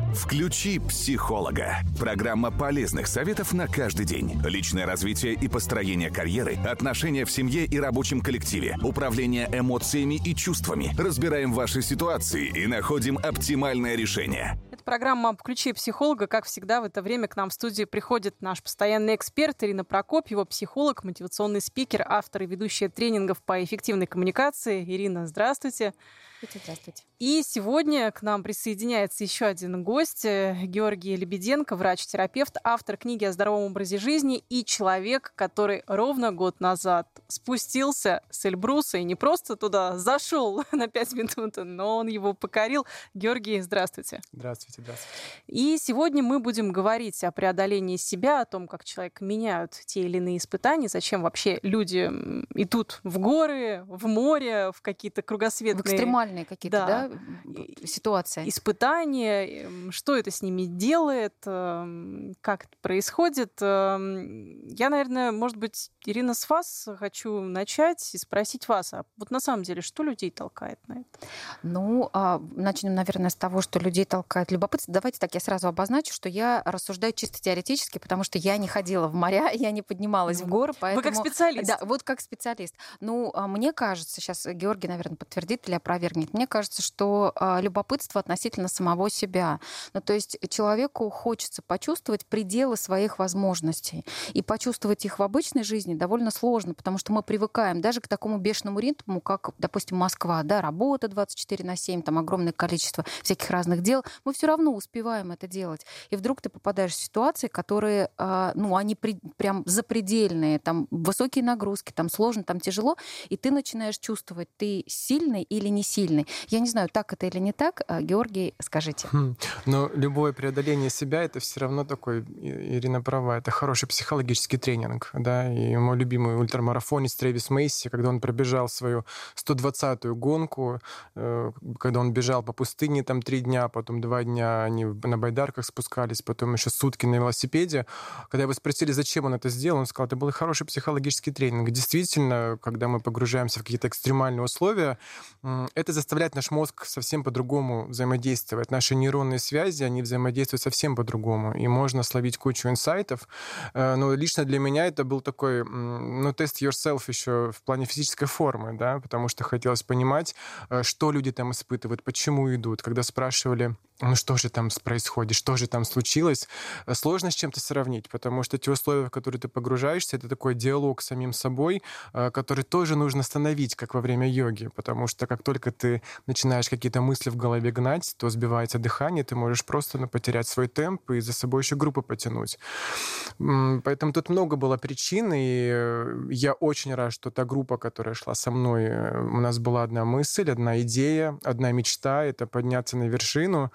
Включи психолога. Программа полезных советов на каждый день. Личное развитие и построение карьеры, отношения в семье и рабочем коллективе, управление эмоциями и чувствами. Разбираем ваши ситуации и находим оптимальное решение. Это программа «Включи психолога». Как всегда, в это время к нам в студию приходит наш постоянный эксперт Ирина Прокопьева, психолог, мотивационный спикер, автор и ведущая тренингов по эффективной коммуникации. Ирина, здравствуйте. Здравствуйте. И сегодня к нам присоединяется еще один гость, Георгий Лебеденко, врач-терапевт, автор книги о здоровом образе жизни и человек, который ровно год назад спустился с Эльбруса и не просто туда зашел на 5 минут, но он его покорил. Георгий, здравствуйте. Здравствуйте. И сегодня мы будем говорить о преодолении себя, о том, как человека меняют те или иные испытания, зачем вообще люди идут в горы, в море, в какие-то кругосветные... В экстремальные какие-то, ситуации. Испытания, что это с ними делает, как это происходит. Я, наверное, может быть, Ирина, с вас хочу начать и спросить вас, а вот на самом деле, что людей толкает на это? Начнем, наверное, с того, что людей толкает любопытство. Давайте так, я сразу обозначу, что я рассуждаю чисто теоретически, потому что я не ходила в моря, я не поднималась в горы, поэтому... Вы как специалист. Да, вот как специалист. Мне кажется, сейчас Георгий, наверное, подтвердит или опровергнет, мне кажется, что любопытство относительно самого себя. То есть человеку хочется почувствовать пределы своих возможностей. И почувствовать их в обычной жизни довольно сложно, потому что мы привыкаем даже к такому бешеному ритму, как, допустим, Москва, работа 24/7, там огромное количество всяких разных дел. Мы все равно успеваем это делать. И вдруг ты попадаешь в ситуации, которые, они прям запредельные, там высокие нагрузки, там сложно, там тяжело, и ты начинаешь чувствовать, ты сильный или не сильный. Я не знаю, так это или не так. Георгий, скажите. Но любое преодоление себя — это все равно такой, Ирина права, это хороший психологический тренинг. Да? И мой любимый ультрамарафонец Трэвис Мейси, когда он пробежал свою 120-ю гонку, когда он бежал по пустыне там 3 дня, потом 2 дня они на байдарках спускались, потом еще сутки на велосипеде. Когда его спросили, зачем он это сделал, он сказал, это был хороший психологический тренинг. Действительно, когда мы погружаемся в какие-то экстремальные условия, это заставляет наш мозг совсем по-другому взаимодействовать. Наши нейронные связи, они взаимодействуют совсем по-другому. И можно словить кучу инсайтов. Но лично для меня это был такой, тест yourself еще в плане физической формы, да, потому что хотелось понимать, что люди там испытывают, почему идут. Когда спрашивали, что же там происходит, что же там случилось, сложно с чем-то сравнить, потому что те условия, в которые ты погружаешься, это такой диалог с самим собой, который тоже нужно остановить, как во время йоги, потому что как только ты начинаешь какие-то мысли в голове гнать, то сбивается дыхание, ты можешь просто потерять свой темп и за собой еще группу потянуть. Поэтому тут много было причин, и я очень рад, что та группа, которая шла со мной, у нас была одна мысль, одна идея, одна мечта — это подняться на вершину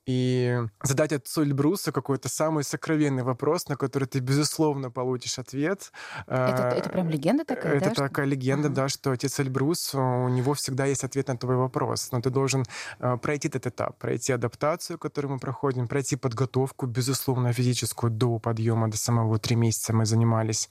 и задать отцу Эльбруса какой-то самый сокровенный вопрос, на который ты, безусловно, получишь ответ. Это прям легенда такая, это да? Это такая легенда, да, что отец Эльбрус, у него всегда есть ответ на твой вопрос. Но ты должен пройти этот этап, пройти адаптацию, которую мы проходим, пройти подготовку, безусловно, физическую до подъема, до самого 3 месяца мы занимались.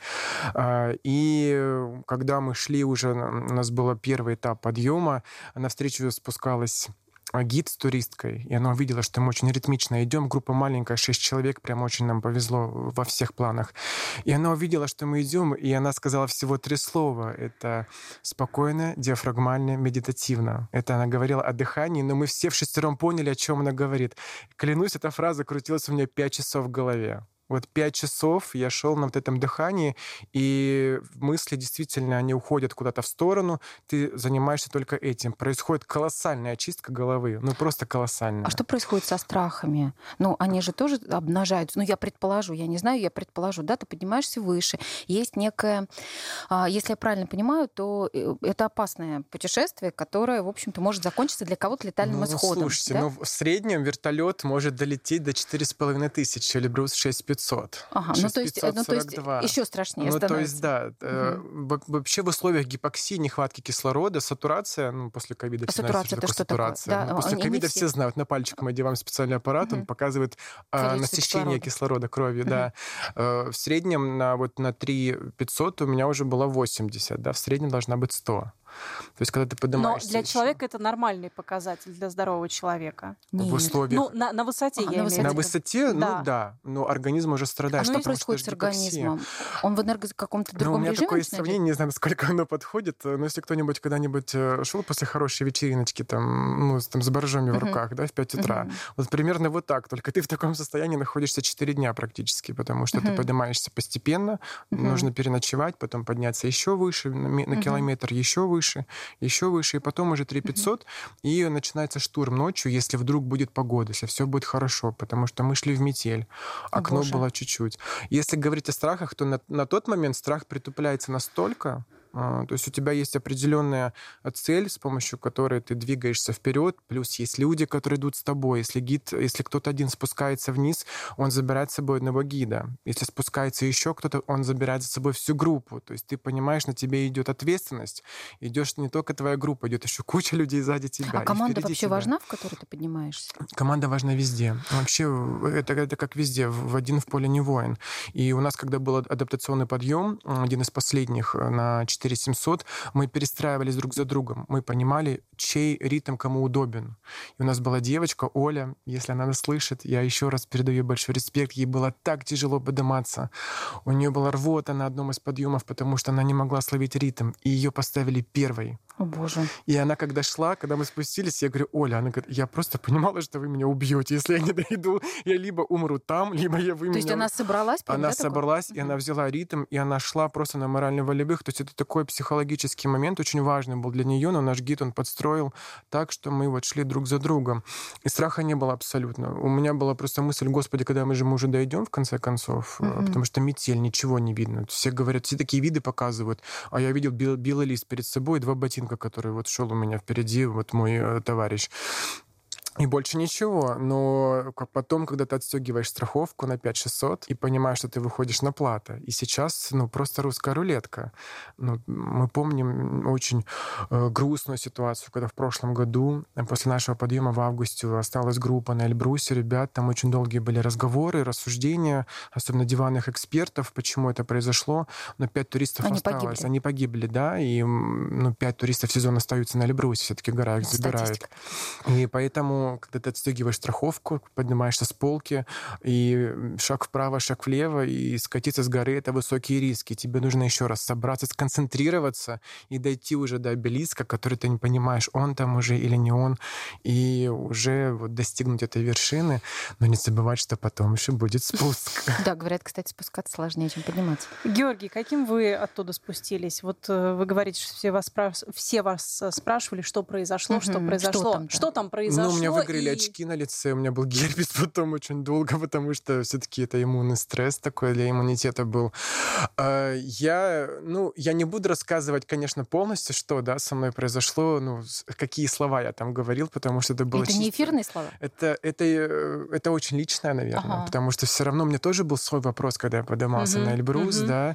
И когда мы шли уже, у нас был первый этап подъема, навстречу спускалась гид с туристкой, и она увидела, что мы очень ритмично идем, группа маленькая, 6 человек, прям очень нам повезло во всех планах. И она увидела, что мы идем, и она сказала всего 3 слова. Это спокойно, диафрагмально, медитативно. Это она говорила о дыхании, но мы все вшестером поняли, о чем она говорит. Клянусь, эта фраза крутилась у меня 5 часов в голове. 5 часов я шел на этом дыхании, и мысли действительно, они уходят куда-то в сторону, ты занимаешься только этим. Происходит колоссальная очистка головы, просто колоссальная. А что происходит со страхами? Они же тоже обнажаются. Я предположу, я не знаю, я предположу, да, ты поднимаешься выше, есть некое, если я правильно понимаю, то это опасное путешествие, которое, в общем-то, может закончиться для кого-то летальным исходом. Слушайте, да? в среднем вертолет может долететь до 4500, Эльбрус 6500. Ага, то есть еще страшнее становится. То есть, да. Вообще в условиях гипоксии, нехватки кислорода, сатурация, после ковида все знают, что такое сатурация. Да, после ковида все знают, на пальчик мы одеваем специальный аппарат, он показывает насыщение кислорода кровью. Да. В среднем на 3500 у меня уже было 80, да, в среднем должна быть 100. То есть, когда ты поднимаешься... Но для человека это нормальный показатель, для здорового человека. В условиях... Ну, на высоте, я имею в виду. На высоте, ну да, но организм уже страдает. Что происходит с организмом? Он в каком-то другом режиме? У меня такое сравнение, не знаю, насколько оно подходит, но если кто-нибудь когда-нибудь шел после хорошей вечериночки, там, с боржоми в руках, да, в 5 утра, вот примерно вот так, только ты в таком состоянии находишься 4 дня практически, потому что ты поднимаешься постепенно, нужно переночевать, потом подняться еще выше, на километр, еще выше, и потом уже 3500, и начинается штурм ночью, если вдруг будет погода, если все будет хорошо, потому что мы шли в метель, окно было чуть-чуть. Если говорить о страхах, то на тот момент страх притупляется настолько, то есть у тебя есть определенная цель, с помощью которой ты двигаешься вперед, плюс есть люди, которые идут с тобой. Если кто-то один спускается вниз, он забирает с собой одного гида. Если спускается еще кто-то, он забирает за собой всю группу. То есть ты понимаешь, на тебе идет ответственность. Идешь не только твоя группа, идет еще куча людей сзади тебя. А команда вообще важна, в которой ты поднимаешься? Команда важна везде. Вообще это как везде. В один в поле не воин. И у нас, когда был адаптационный подъем, один из последних на 4700, мы перестраивались друг за другом. Мы понимали, чей ритм кому удобен. И у нас была девочка, Оля, если она нас слышит, я еще раз передаю ей большой респект. Ей было так тяжело подниматься. У нее была рвота на одном из подъемов, потому что она не могла словить ритм. И ее поставили первой. О, Боже. И она, когда мы спустились, я говорю: Оля, она говорит: я просто понимала, что вы меня убьете. Если я не дойду, я либо умру там, либо вы меня... То есть она собралась? Она собралась, и она взяла ритм, и она шла просто на морально-волевых. То есть это такой психологический момент, очень важный был для нее, но наш гид, он подстроил так, что мы вот шли друг за другом. И страха не было абсолютно. У меня была просто мысль: Господи, когда мы уже дойдем, в конце концов, потому что метель, ничего не видно. Все говорят, все такие виды показывают, а я видел белый лист перед собой, 2 ботинка, который вот шел у меня впереди, вот мой товарищ. И больше ничего. Но потом, когда ты отстегиваешь страховку на 5600 и понимаешь, что ты выходишь на плато, и сейчас просто русская рулетка. Мы помним очень грустную ситуацию, когда в прошлом году, после нашего подъема в августе, осталась группа на Эльбрусе, ребят, там очень долгие были разговоры, рассуждения, особенно диванных экспертов, почему это произошло. Но 5 туристов осталось. Они погибли, да, и 5 туристов в сезон остаются на Эльбрусе, все-таки гора их забирает. И поэтому, когда ты отстегиваешь страховку, поднимаешься с полки, и шаг вправо, шаг влево, и скатиться с горы — это высокие риски. Тебе нужно еще раз собраться, сконцентрироваться и дойти уже до обелиска, который ты не понимаешь, он там уже или не он, и уже достигнуть этой вершины, но не забывать, что потом еще будет спуск. Да, говорят, кстати, спускаться сложнее, чем подниматься. Георгий, каким вы оттуда спустились? Вот вы говорите, что все вас спрашивали, что произошло, что произошло. Что там произошло? У меня выгорели очки на лице, у меня был герпес потом очень долго, потому что все-таки это иммунный стресс такой для иммунитета был. Я не буду рассказывать, конечно, полностью, что со мной произошло, какие слова я там говорил, потому что это было чисто... не эфирные слова? Это очень личное, наверное, потому что все равно у меня тоже был свой вопрос, когда я поднимался на Эльбрус, да,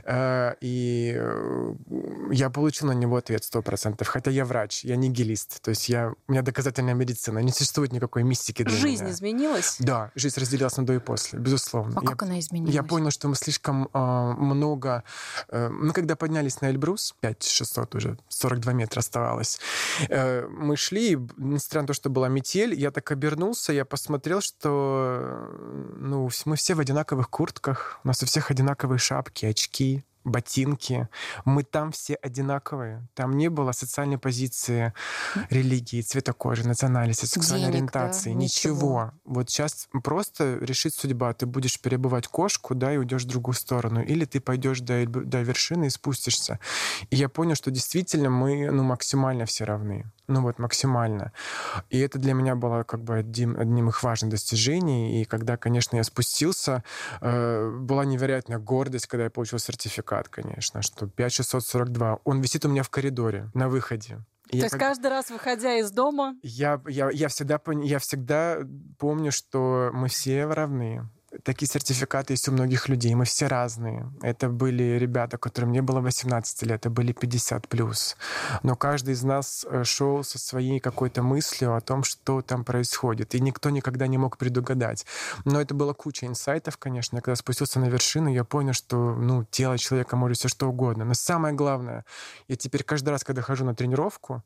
и я получил на него ответ 100%, хотя я врач, я нигилист, то есть у меня доказательная медицина, не существует никакой мистики для меня. Жизнь изменилась? Да, жизнь разделилась на до и после, безусловно. А как она изменилась? Я понял, что мы слишком много... Мы когда поднялись на Эльбрус, 5600 уже, 42 метра оставалось, мы шли, несмотря на то, что была метель, я так обернулся, я посмотрел, что мы все в одинаковых куртках, у нас у всех одинаковые шапки, очки, ботинки. Мы там все одинаковые. Там не было социальной позиции, религии, цвета кожи, национальности, сексуальной ориентации. Да, ничего. Вот сейчас просто решит судьба. Ты будешь перебывать кошку, и уйдешь в другую сторону. Или ты пойдешь до вершины и спустишься. И я понял, что действительно мы максимально все равны. Максимально. И это для меня было одним из важных достижений. И когда, конечно, я спустился, была невероятная гордость, когда я получил сертификат, конечно, что 5642. Он висит у меня в коридоре на выходе. То есть каждый раз, выходя из дома... Я всегда помню, что мы все равны. такие сертификаты есть у многих людей. Мы все разные. Это были ребята, которым не было 18 лет, это были 50+. Но каждый из нас шел со своей какой-то мыслью о том, что там происходит. И никто никогда не мог предугадать. Но это была куча инсайтов, конечно. Когда спустился на вершину, я понял, что тело человека может все что угодно. Но самое главное, я теперь каждый раз, когда хожу на тренировку,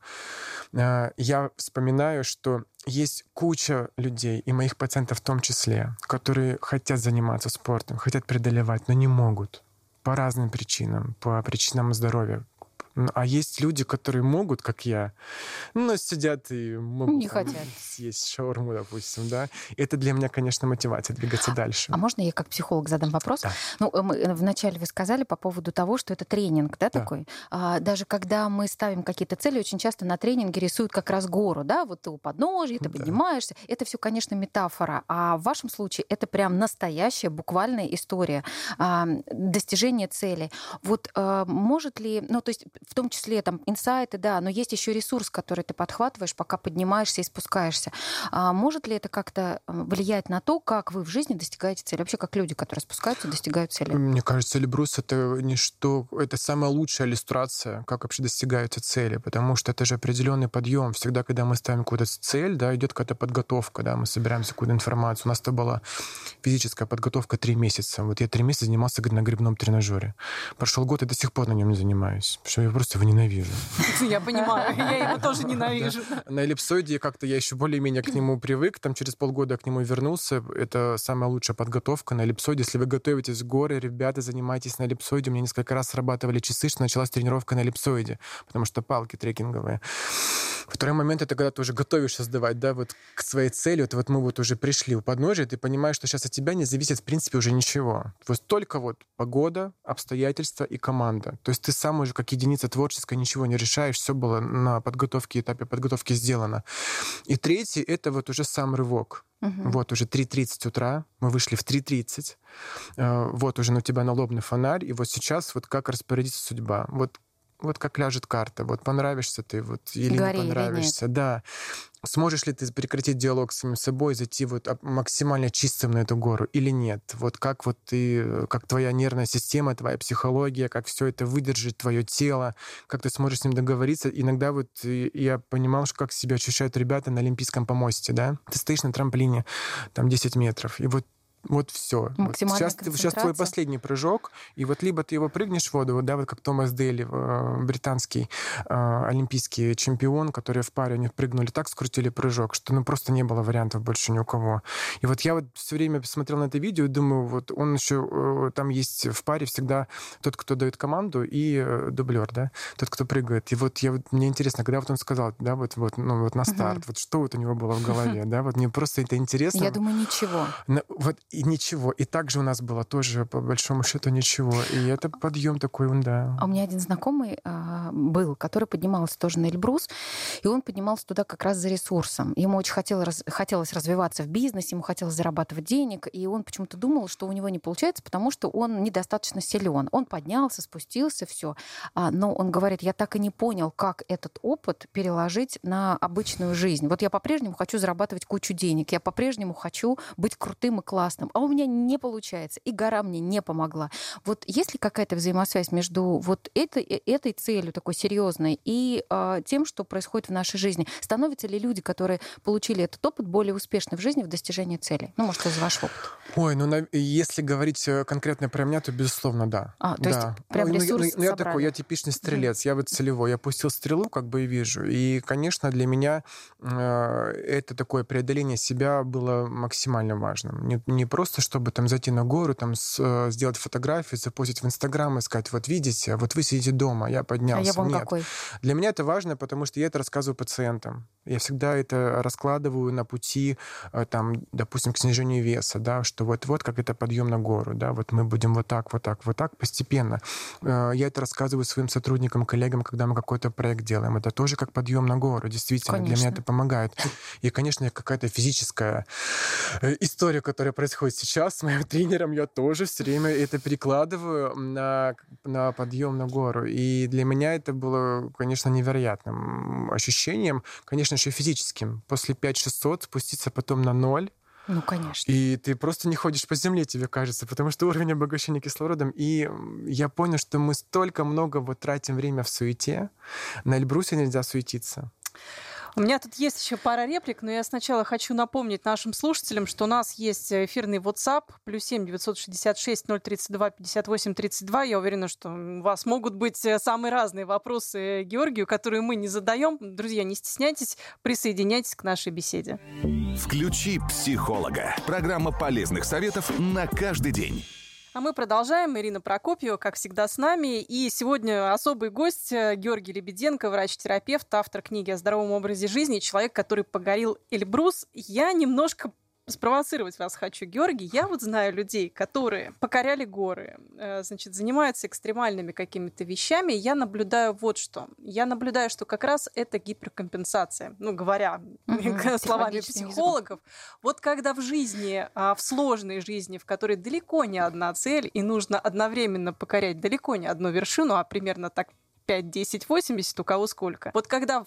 я вспоминаю, что есть куча людей, и моих пациентов в том числе, которые хотят заниматься спортом, хотят преодолевать, но не могут по разным причинам, по причинам здоровья. А есть люди, которые могут, как я, но сидят и могут не хотят съесть шаурму, допустим, да. Это для меня, конечно, мотивация двигаться дальше. А можно я как психолог задам вопрос? Да. Вначале вы сказали по поводу того, что это тренинг, да, Да. такой? Даже когда мы ставим какие-то цели, очень часто на тренинге рисуют как раз гору, да, вот ты у подножья, ты поднимаешься. Это все, конечно, метафора. А в вашем случае это прям настоящая, буквальная история достижения цели. Вот может ли, то есть в том числе там инсайты, да, но есть еще ресурс, который ты подхватываешь, пока поднимаешься и спускаешься. Может ли это как-то влиять на то, как вы в жизни достигаете цели? Вообще, как люди, которые спускаются, достигают цели? Мне кажется, Эльбрус — это ничто, это самая лучшая иллюстрация, как вообще достигаются цели, потому что это же определенный подъем. Всегда, когда мы ставим какую-то цель, да, идет какая-то подготовка, да, мы собираемся какую-то информацию. У нас это была физическая подготовка 3 месяца. Вот я 3 месяца занимался на грибном тренажере. Прошел год, и до сих пор на нем не занимаюсь, потому что я просто его ненавижу. Я понимаю, я его тоже ненавижу. На эллипсоиде как-то я еще более-менее к нему привык, там через полгода к нему вернулся. Это самая лучшая подготовка на эллипсоиде. Если вы готовитесь в горы, ребята, занимайтесь на эллипсоиде. У меня несколько раз срабатывали часы, что началась тренировка на эллипсоиде, потому что палки трекинговые. Второй момент — это когда ты уже готовишься сдавать, да, вот к своей цели. Вот мы вот уже пришли у подножия, ты понимаешь, что сейчас от тебя не зависит, в принципе, уже ничего. Вот только вот погода, обстоятельства и команда. То есть ты сам уже как единица творческая ничего не решаешь, все было на подготовке, этапе подготовки сделано. И третий — это вот уже сам рывок. Вот уже 3:30 утра, мы вышли в 3:30, вот уже у тебя налобный фонарь, и вот сейчас вот как распорядится судьба. Вот как ляжет карта, вот понравишься ты вот или Гори не понравишься. или нет. Да. Сможешь ли ты прекратить диалог с самим собой, зайти вот максимально чистым на эту гору или нет? Вот ты, как твоя нервная система, твоя психология, как все это выдержит, твое тело, как ты сможешь с ним договориться. Иногда вот я понимал, что как себя ощущают ребята на Олимпийском помосте, да? Ты стоишь на трамплине, там 10 метров, и вот все. Максимальная Сейчас твой последний прыжок, и вот либо ты его прыгнешь в воду, да, вот как Томас Дейли, британский олимпийский чемпион, который в паре, они прыгнули так, скрутили прыжок, что просто не было вариантов больше ни у кого. И вот я вот все время смотрел на это видео и думаю, вот он еще, там есть в паре всегда тот, кто дает команду, и дублер, да, тот, кто прыгает. И вот мне интересно, когда вот он сказал, да, вот на старт, вот что вот у него было в голове, да, вот мне просто это интересно. Я думаю, ничего. Вот и ничего. И также у нас было тоже, по большому счету, ничего. И это подъем такой, да. А у меня один знакомый был, который поднимался тоже на Эльбрус, и он поднимался туда как раз за ресурсом. Ему очень хотелось развиваться в бизнесе, ему хотелось зарабатывать денег, и он почему-то думал, что у него не получается, потому что он недостаточно силен. Он поднялся, спустился, все. Но он говорит, я так и не понял, как этот опыт переложить на обычную жизнь. Вот я по-прежнему хочу зарабатывать кучу денег, я по-прежнему хочу быть крутым и классным, а у меня не получается, и гора мне не помогла. Вот есть ли какая-то взаимосвязь между вот этой целью такой серьезной и тем, что происходит в нашей жизни? Становятся ли люди, которые получили этот опыт, более успешны в жизни в достижении цели? Может, из вашего опыта? Ой, если говорить конкретно про меня, то, безусловно, да. То есть прям ресурс я такой, я типичный стрелец, я вот целевой. Я пустил стрелу, как бы и вижу. И, конечно, для меня это такое преодоление себя было максимально важным. Не просто, чтобы там зайти на гору, там сделать фотографию, запостить в Инстаграм и сказать, вот видите, вот вы сидите дома, я поднялся. А я вон Нет. какой. Для меня это важно, потому что я это рассказываю пациентам. Я всегда это раскладываю на пути, там, допустим, к снижению веса, да, что вот как это подъем на гору, да, вот мы будем вот так постепенно. Я это рассказываю своим сотрудникам, коллегам, когда мы какой-то проект делаем. Это тоже как подъем на гору, действительно. Конечно. Для меня это помогает. И, конечно, какая-то физическая история, которая происходит сейчас с моим тренером, я тоже все время это перекладываю на подъем на гору. И для меня это было, конечно, невероятным ощущением, конечно же, физическим. После 5-600 спуститься потом на 0, Ну, конечно. И ты просто не ходишь по земле, тебе кажется, потому что уровень обогащения кислородом. И я понял, что мы столько много вот тратим время в суете. На Эльбрусе нельзя суетиться. У меня тут есть еще пара реплик, но я сначала хочу напомнить нашим слушателям, что у нас есть эфирный WhatsApp, +7 966 032 58 32. Я уверена, что у вас могут быть самые разные вопросы Георгию, которые мы не задаем. Друзья, не стесняйтесь, присоединяйтесь к нашей беседе. Включи психолога. Программа полезных советов на каждый день. А мы продолжаем. Ирина Прокопьева, как всегда, с нами. И сегодня особый гость Георгий Лебеденко, врач-терапевт, автор книги о здоровом образе жизни, человек, который покорил Эльбрус. Я немножко спровоцировать вас хочу, Георгий. Я вот знаю людей, которые покоряли горы, значит, занимаются экстремальными какими-то вещами. Я наблюдаю вот что. Я наблюдаю, что как раз это гиперкомпенсация. Ну, говоря словами психологов. Вот когда в жизни, в сложной жизни, в которой далеко не одна цель, и нужно одновременно покорять далеко не одну вершину, а примерно так 5, 10, 80, у кого сколько. Вот когда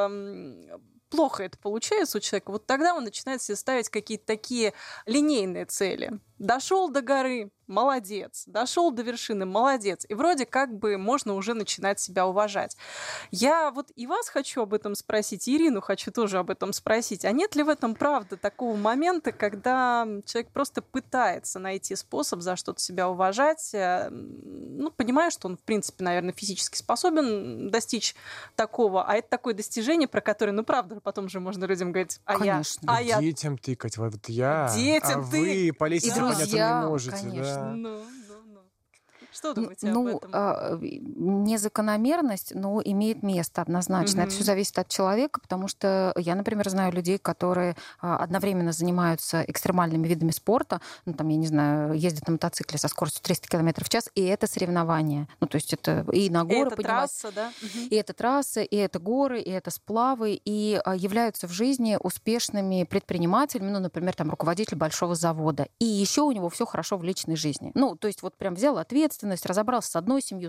плохо это получается у человека, вот тогда он начинает себе ставить какие-то такие линейные цели. Дошел до горы, молодец. Дошел до вершины, молодец. И вроде как бы можно уже начинать себя уважать. Я вот и вас хочу об этом спросить, и Ирину хочу тоже об этом спросить. А нет ли в этом правды такого момента, когда человек просто пытается найти способ за что-то себя уважать, ну, понимая, что он, в принципе, наверное, физически способен достичь такого, а это такое достижение, про которое, ну, правда, потом же можно людям говорить, детям тыкать, вот я, детям вы по лестнице друзья, не можете, конечно. да. Что думаете об этом? Незакономерность, но имеет место однозначно. Это все зависит от человека, потому что я, например, знаю людей, которые одновременно занимаются экстремальными видами спорта, ну, там, я не знаю, ездят на мотоцикле со скоростью 300 км в час, и это соревнования. Ну, то есть это и на горы это трасса, да? И это трассы, и это горы, и это сплавы, и являются в жизни успешными предпринимателями, ну, например, там, руководитель большого завода. И еще у него все хорошо в личной жизни. Ну, то есть вот прям взял ответственность, разобрался с одной семьей,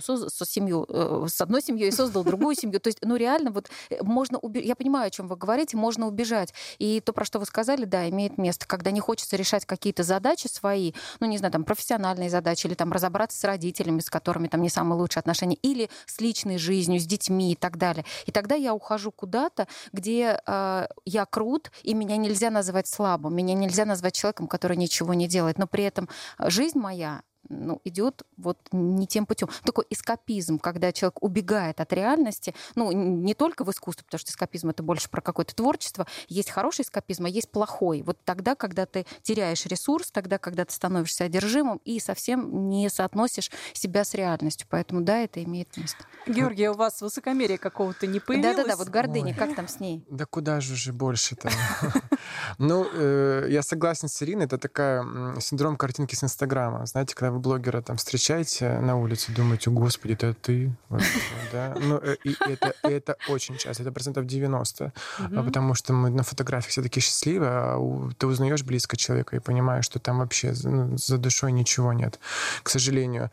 с одной семьей и создал другую семью. То есть, ну, реально, вот можно я понимаю, о чем вы говорите, можно убежать. И то, про что вы сказали, да, имеет место, когда не хочется решать какие-то задачи свои, ну, не знаю, там, профессиональные задачи, или там разобраться с родителями, с которыми там не самые лучшие отношения, или с личной жизнью, с детьми и так далее. И тогда я ухожу куда-то, где я крут, и меня нельзя называть слабым, меня нельзя назвать человеком, который ничего не делает, но при этом жизнь моя, ну, идет вот не тем путем. Такой эскапизм, когда человек убегает от реальности, ну, не только в искусстве, потому что эскапизм — это больше про какое-то творчество. Есть хороший эскапизм, а есть плохой. Вот тогда, когда ты теряешь ресурс, тогда, когда ты становишься одержимым и совсем не соотносишь себя с реальностью. Поэтому, да, это имеет место. Георгий, у вас высокомерие какого-то не появилось? Да-да-да, вот гордыня, как там с ней? Да куда же уже больше-то? Ну, я согласен с Ириной, это такая синдром картинки с Инстаграма. Знаете, когда вы блогера там встречаете на улице, думаете, господи, это ты? Да? Ну, и это очень часто, это 90%. Потому что мы на фотографиях все такие счастливые, а ты узнаешь близко человека и понимаешь, что там вообще за душой ничего нет, к сожалению.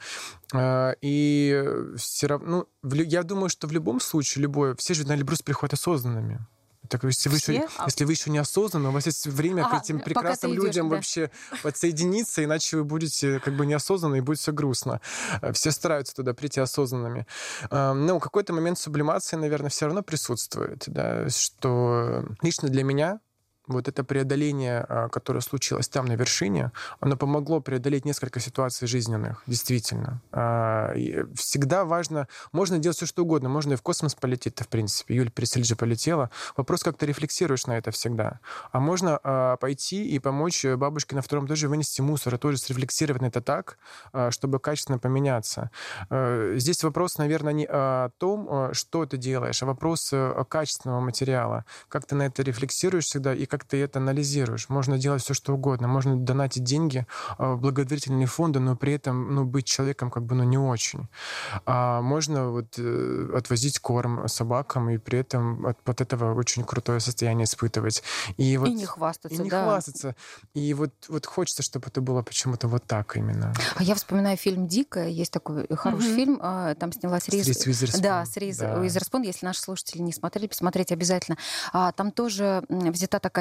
И все равно, я думаю, что в любом случае, все же на Эльбрус приходят осознанными. Так, если вы еще не осознанны, у вас есть время к этим прекрасным людям вообще подсоединиться, иначе вы будете как бы неосознанны, и будет все грустно. Все стараются туда прийти осознанными. Но в какой-то момент сублимации, наверное, все равно присутствует, да, что лично для меня вот это преодоление, которое случилось там, на вершине, оно помогло преодолеть несколько ситуаций жизненных, действительно. Всегда важно, можно делать все, что угодно, можно и в космос полететь-то, в принципе. Юль Пересельджи полетела. Вопрос, как ты рефлексируешь на это всегда. А можно пойти и помочь бабушке на втором этаже вынести мусор, и тоже срефлексировать на это так, чтобы качественно поменяться. Здесь вопрос, наверное, не о том, что ты делаешь, а вопрос качественного материала. Как ты на это рефлексируешь всегда, и как ты это анализируешь. Можно делать все, что угодно. Можно донатить деньги в благотворительные фонды, но при этом быть человеком как бы не очень. Можно отвозить корм собакам и при этом от этого очень крутое состояние испытывать. И не хвастаться, и не хвастаться. И вот хочется, чтобы это было почему-то вот так именно. А я вспоминаю фильм «Дикая». Есть такой хороший фильм. Там снялась Риз Уизерспун. Да, с Риз Уизерспун. Если наши слушатели не смотрели, посмотрите обязательно. Там тоже взята такая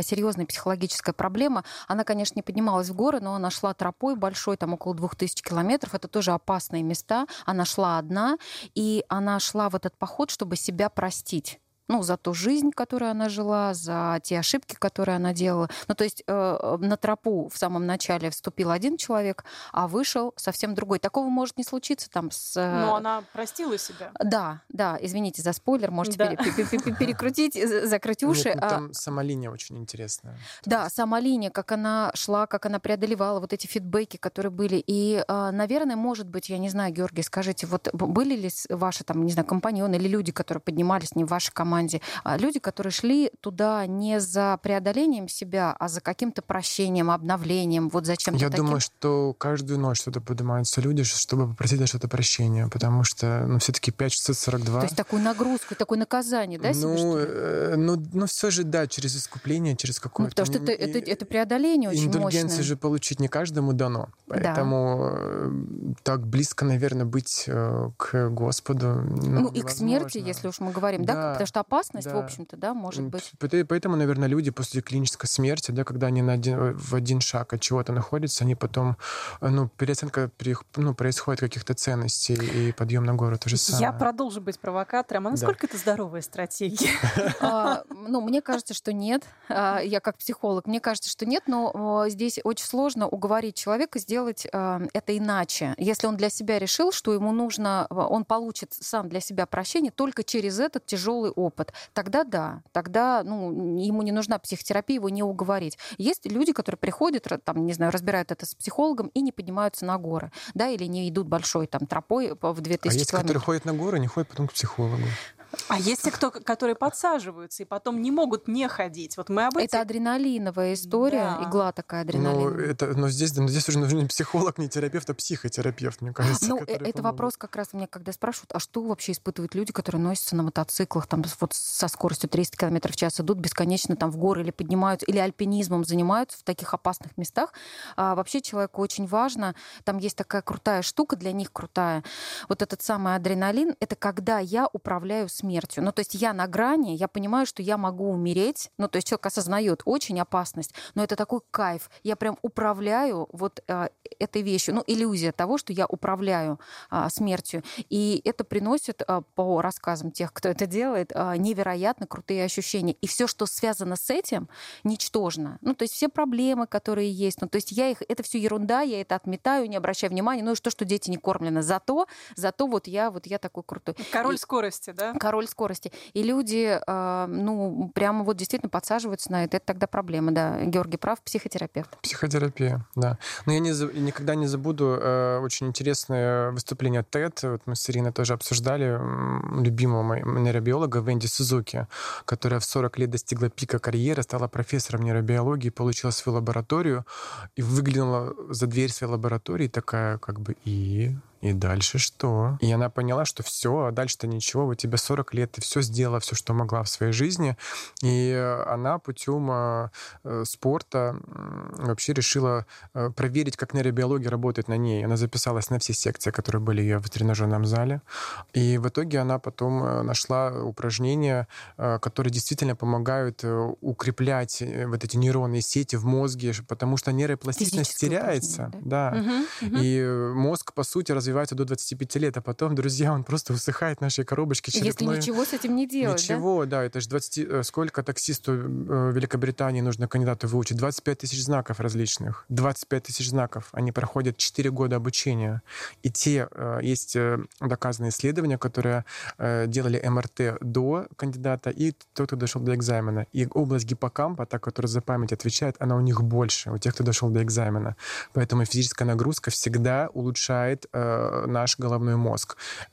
серьезная психологическая проблема. Она, конечно, не поднималась в горы, но она шла тропой большой, там около 2000 километров. Это тоже опасные места. Она шла одна, и она шла в этот поход, чтобы себя простить. За ту жизнь, которую она жила, за те ошибки, которые она делала. То есть на тропу в самом начале вступил один человек, а вышел совсем другой. Такого может не случиться там с... Но она простила себя. Да, извините за спойлер, можете перекрутить, закрыть уши. Нет, там сама линия очень интересная. Да, сама линия, как она шла, как она преодолевала вот эти фидбэки, которые были. И, наверное, может быть, я не знаю, Георгий, скажите, вот были ли ваши, там, не знаю, компаньоны или люди, которые поднимались не в вашей команде, люди, которые шли туда не за преодолением себя, а за каким-то прощением, обновлением, вот зачем-то Я таким? думаю, что каждую ночь что-то поднимаются люди, чтобы попросить за что-то прощения, потому что, все-таки 5:42. То есть такую нагрузку, такое наказание, да, себе, что ли? Все же, да, через искупление, через какое-то... Потому что это преодоление очень мощное. Индульгенции же получить не каждому дано. Поэтому так близко, наверное, быть к Господу и к смерти, если уж мы говорим, да? Потому что опасность, в общем-то, да, может быть. Поэтому, наверное, люди после клинической смерти, да, когда они в один шаг от чего-то находятся, они потом, переоценка происходит каких-то ценностей, и подъем на гору то же самое. Я продолжу быть провокатором. А насколько это здоровая стратегия? Мне кажется, что нет. Я как психолог, мне кажется, что нет, но здесь очень сложно уговорить человека сделать это иначе. Если он для себя решил, что ему нужно, он получит сам для себя прощение только через этот тяжелый опыт, тогда да, тогда ему не нужна психотерапия, его не уговорить. Есть люди, которые приходят, там, не знаю, разбирают это с психологом и не поднимаются на горы, да, или не идут большой там тропой в 2000 километров. А есть, которые ходят на горы, не ходят потом к психологу. А есть те, которые подсаживаются и потом не могут не ходить. Вот мы об этом... Это адреналиновая история, игла такая адреналиновая. Но здесь уже нужен не психолог, не терапевт, а психотерапевт, мне кажется. Это вопрос как раз меня, когда спрашивают, а что вообще испытывают люди, которые носятся на мотоциклах, там вот со скоростью 300 км в час идут бесконечно там в горы или поднимаются, или альпинизмом занимаются в таких опасных местах. Вообще человеку очень важно, там есть такая крутая штука, для них крутая. Вот этот самый адреналин, это когда я управляю смертью. То есть я на грани, я понимаю, что я могу умереть. То есть человек осознает очень опасность, но это такой кайф. Я прям управляю вот этой вещью. Иллюзия того, что я управляю смертью. И это приносит, по рассказам тех, кто это делает, невероятно крутые ощущения. И все, что связано с этим, ничтожно. То есть все проблемы, которые есть. То есть это все ерунда, я это отметаю, не обращаю внимания. И что дети не кормлены. Зато вот я такой крутой. Король скорости, да? Король скорости. И люди, прямо вот действительно подсаживаются на это. Это тогда проблема, да. Георгий прав, психотерапевт. Психотерапия, да. Но я никогда не забуду очень интересное выступление TED. Вот мы с Ириной тоже обсуждали любимого нейробиолога Венди Сузуки, которая в 40 лет достигла пика карьеры, стала профессором нейробиологии, получила свою лабораторию и выглянула за дверь своей лаборатории такая и дальше что? И она поняла, что все, а дальше-то ничего, у тебя 40 лет, ты все сделала, все, что могла в своей жизни. И она путем спорта вообще решила проверить, как нейробиология работает на ней. Она записалась на все секции, которые были ее в тренажерном зале. И в итоге она потом нашла упражнения, которые действительно помогают укреплять вот эти нейронные сети в мозге, потому что нейропластичность теряется. Да. И мозг, по сути, развивается до 25 лет, а потом, друзья, он просто усыхает в нашей коробочке черепной. Если ничего с этим не делать, ничего, да? Это же сколько таксисту в Великобритании нужно кандидату выучить? 25 тысяч знаков различных. 25 тысяч знаков. Они проходят 4 года обучения. И есть доказанные исследования, которые делали МРТ до кандидата и тот, кто дошел до экзамена. И область гиппокампа, та, которая за память отвечает, она у них больше, у тех, кто дошел до экзамена. Поэтому физическая нагрузка всегда улучшает наш головной мозг.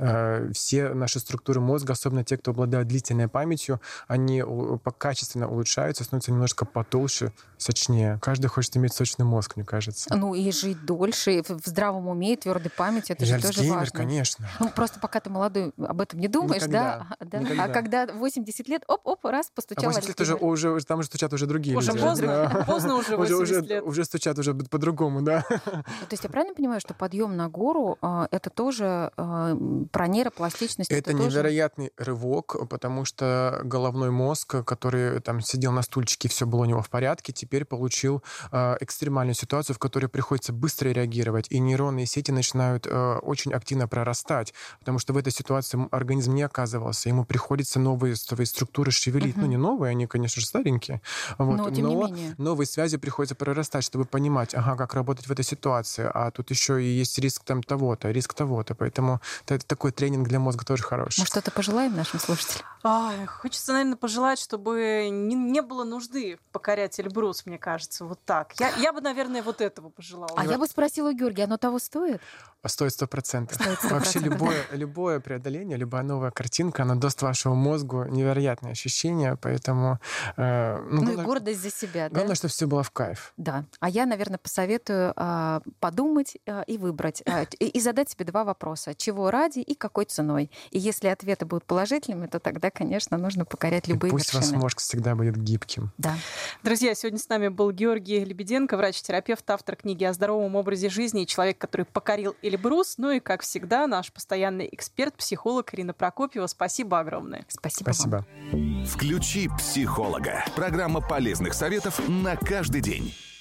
Все наши структуры мозга, особенно те, кто обладает длительной памятью, они качественно улучшаются, становятся немножко потолще, сочнее. Каждый хочет иметь сочный мозг, мне кажется. И жить дольше, и в здравом уме, и твердой памяти, это же тоже важно. Конечно. Просто пока ты молодой, об этом не думаешь, Никогда. Да? Никогда. А когда 80 лет, раз, постучал. 80 лет уже там уже стучат уже другие уже люди. Поздно уже 80 лет. Уже стучат уже по-другому, да. То есть я правильно понимаю, что подъем на гору это тоже про нейропластичность. Это невероятный рывок, потому что головной мозг, который там сидел на стульчике, все было у него в порядке, теперь получил экстремальную ситуацию, в которой приходится быстро реагировать, и нейронные сети начинают очень активно прорастать, потому что в этой ситуации организм не оказывался, ему приходится новые свои структуры шевелить. Не новые, они, конечно же, старенькие, но тем не менее. Новые связи приходится прорастать, чтобы понимать, как работать в этой ситуации, а тут еще и есть риск там того-то, поэтому это такой тренинг для мозга тоже хороший. Мы что-то пожелаем нашим слушателям? Хочется, наверное, пожелать, чтобы не было нужды покорять Эльбрус, мне кажется, вот так. Я бы, наверное, вот этого пожелала. Я бы спросила у Георгия, оно того стоит? Стоит 100%. Вообще любое преодоление, любая новая картинка, она даст вашему мозгу невероятные ощущения, поэтому... и гордость за себя, да? Главное, чтобы все было в кайф. Да. А я, наверное, посоветую подумать и выбрать, и задать себе 2 вопроса. Чего ради и какой ценой? И если ответы будут положительными, то тогда, конечно, нужно покорять любые вершины. Пусть ваш мозг всегда будет гибким. Да. Друзья, сегодня с нами был Георгий Лебеденко, врач-терапевт, автор книги о здоровом образе жизни и человек, который покорил Эльбрус. Ну и, как всегда, наш постоянный эксперт, психолог Ирина Прокопьева. Спасибо огромное. Спасибо вам. Включи психолога. Программа полезных советов на каждый день.